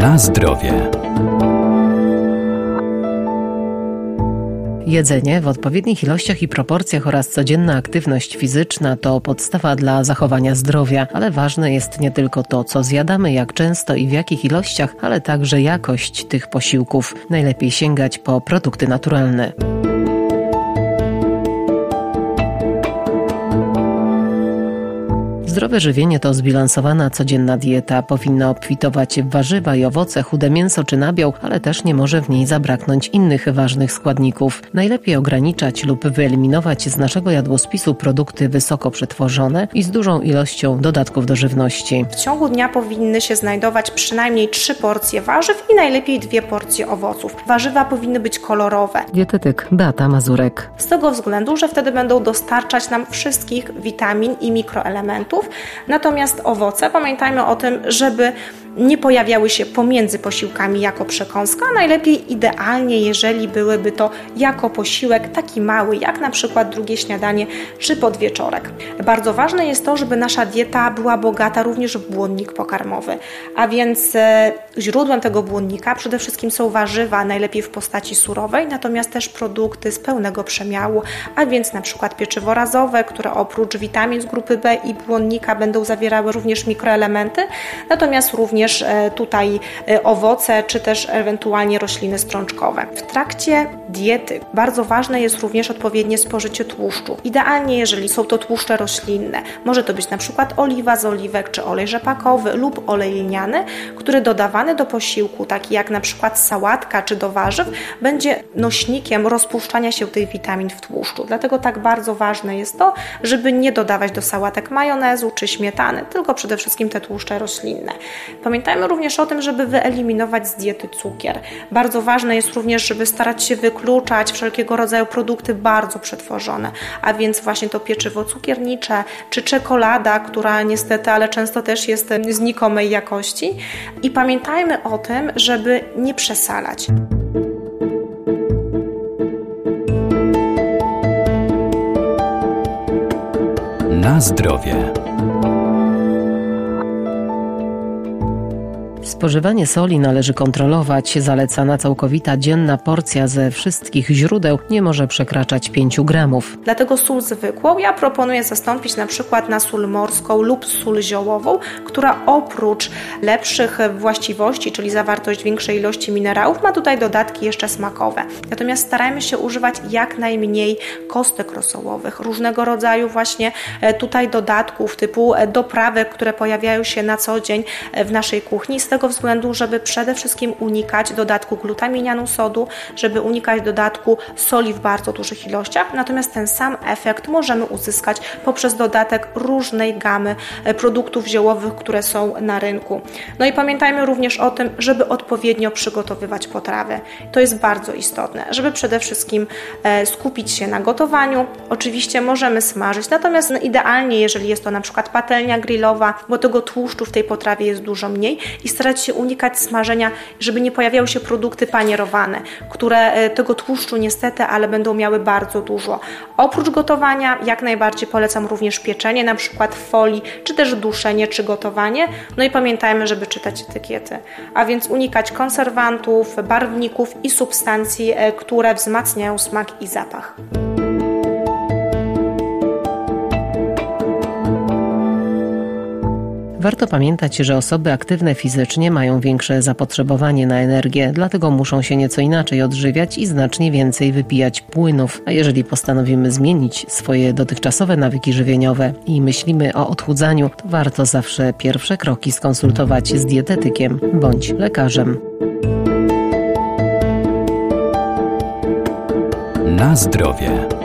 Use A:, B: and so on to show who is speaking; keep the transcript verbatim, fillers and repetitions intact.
A: Na zdrowie.
B: Jedzenie w odpowiednich ilościach i proporcjach oraz codzienna aktywność fizyczna to podstawa dla zachowania zdrowia, ale ważne jest nie tylko to, co zjadamy, jak często i w jakich ilościach, ale także jakość tych posiłków. Najlepiej sięgać po produkty naturalne. Zdrowe żywienie to zbilansowana codzienna dieta. Powinna obfitować w warzywa i owoce, chude mięso czy nabiał, ale też nie może w niej zabraknąć innych ważnych składników. Najlepiej ograniczać lub wyeliminować z naszego jadłospisu produkty wysoko przetworzone i z dużą ilością dodatków do żywności.
C: W ciągu dnia powinny się znajdować przynajmniej trzy porcje warzyw i najlepiej dwie porcje owoców. Warzywa powinny być kolorowe.
B: Dietetyk Beata Mazurek.
C: Z tego względu, że wtedy będą dostarczać nam wszystkich witamin i mikroelementów. Natomiast owoce, pamiętajmy o tym, żeby nie pojawiały się pomiędzy posiłkami jako przekąska, a najlepiej idealnie, jeżeli byłyby to jako posiłek taki mały, jak na przykład drugie śniadanie czy podwieczorek. Bardzo ważne jest to, żeby nasza dieta była bogata również w błonnik pokarmowy, a więc e, źródłem tego błonnika przede wszystkim są warzywa, najlepiej w postaci surowej, natomiast też produkty z pełnego przemiału, a więc na przykład pieczywo razowe, które oprócz witamin z grupy B i błonnika będą zawierały również mikroelementy, natomiast również tutaj owoce, czy też ewentualnie rośliny strączkowe. W trakcie diety bardzo ważne jest również odpowiednie spożycie tłuszczu. Idealnie, jeżeli są to tłuszcze roślinne. Może to być na przykład oliwa z oliwek, czy olej rzepakowy lub olej lniany, który dodawany do posiłku, taki jak na przykład sałatka, czy do warzyw, będzie nośnikiem rozpuszczania się tych witamin w tłuszczu. Dlatego tak bardzo ważne jest to, żeby nie dodawać do sałatek majonezu, czy śmietany, tylko przede wszystkim te tłuszcze roślinne. Pamiętajmy również o tym, żeby wyeliminować z diety cukier. Bardzo ważne jest również, żeby starać się wykluczać wszelkiego rodzaju produkty bardzo przetworzone, a więc właśnie to pieczywo cukiernicze, czy czekolada, która niestety, ale często też jest znikomej jakości. I pamiętajmy o tym, żeby nie przesalać.
A: Na zdrowie.
B: Spożywanie soli należy kontrolować. Zalecana całkowita dzienna porcja ze wszystkich źródeł nie może przekraczać pięć gramów.
C: Dlatego sól zwykłą ja proponuję zastąpić na przykład na sól morską lub sól ziołową, która oprócz lepszych właściwości, czyli zawartość większej ilości minerałów, ma tutaj dodatki jeszcze smakowe. Natomiast starajmy się używać jak najmniej kostek rosołowych, różnego rodzaju właśnie tutaj dodatków typu doprawek, które pojawiają się na co dzień w naszej kuchni, z tego względu, żeby przede wszystkim unikać dodatku glutaminianu sodu, żeby unikać dodatku soli w bardzo dużych ilościach, natomiast ten sam efekt możemy uzyskać poprzez dodatek różnej gamy produktów ziołowych, które są na rynku. No i pamiętajmy również o tym, żeby odpowiednio przygotowywać potrawy. To jest bardzo istotne, żeby przede wszystkim skupić się na gotowaniu. Oczywiście możemy smażyć, natomiast no idealnie, jeżeli jest to na przykład patelnia grillowa, bo tego tłuszczu w tej potrawie jest dużo mniej i starać się unikać smażenia, żeby nie pojawiały się produkty panierowane, które tego tłuszczu niestety, ale będą miały bardzo dużo. Oprócz gotowania jak najbardziej polecam również pieczenie, na przykład w folii, czy też duszenie, czy gotowanie. No i pamiętajmy, żeby czytać etykiety, a więc unikać konserwantów, barwników i substancji, które wzmacniają smak i zapach.
B: Warto pamiętać, że osoby aktywne fizycznie mają większe zapotrzebowanie na energię, dlatego muszą się nieco inaczej odżywiać i znacznie więcej wypijać płynów. A jeżeli postanowimy zmienić swoje dotychczasowe nawyki żywieniowe i myślimy o odchudzaniu, to warto zawsze pierwsze kroki skonsultować z dietetykiem bądź lekarzem.
A: Na zdrowie.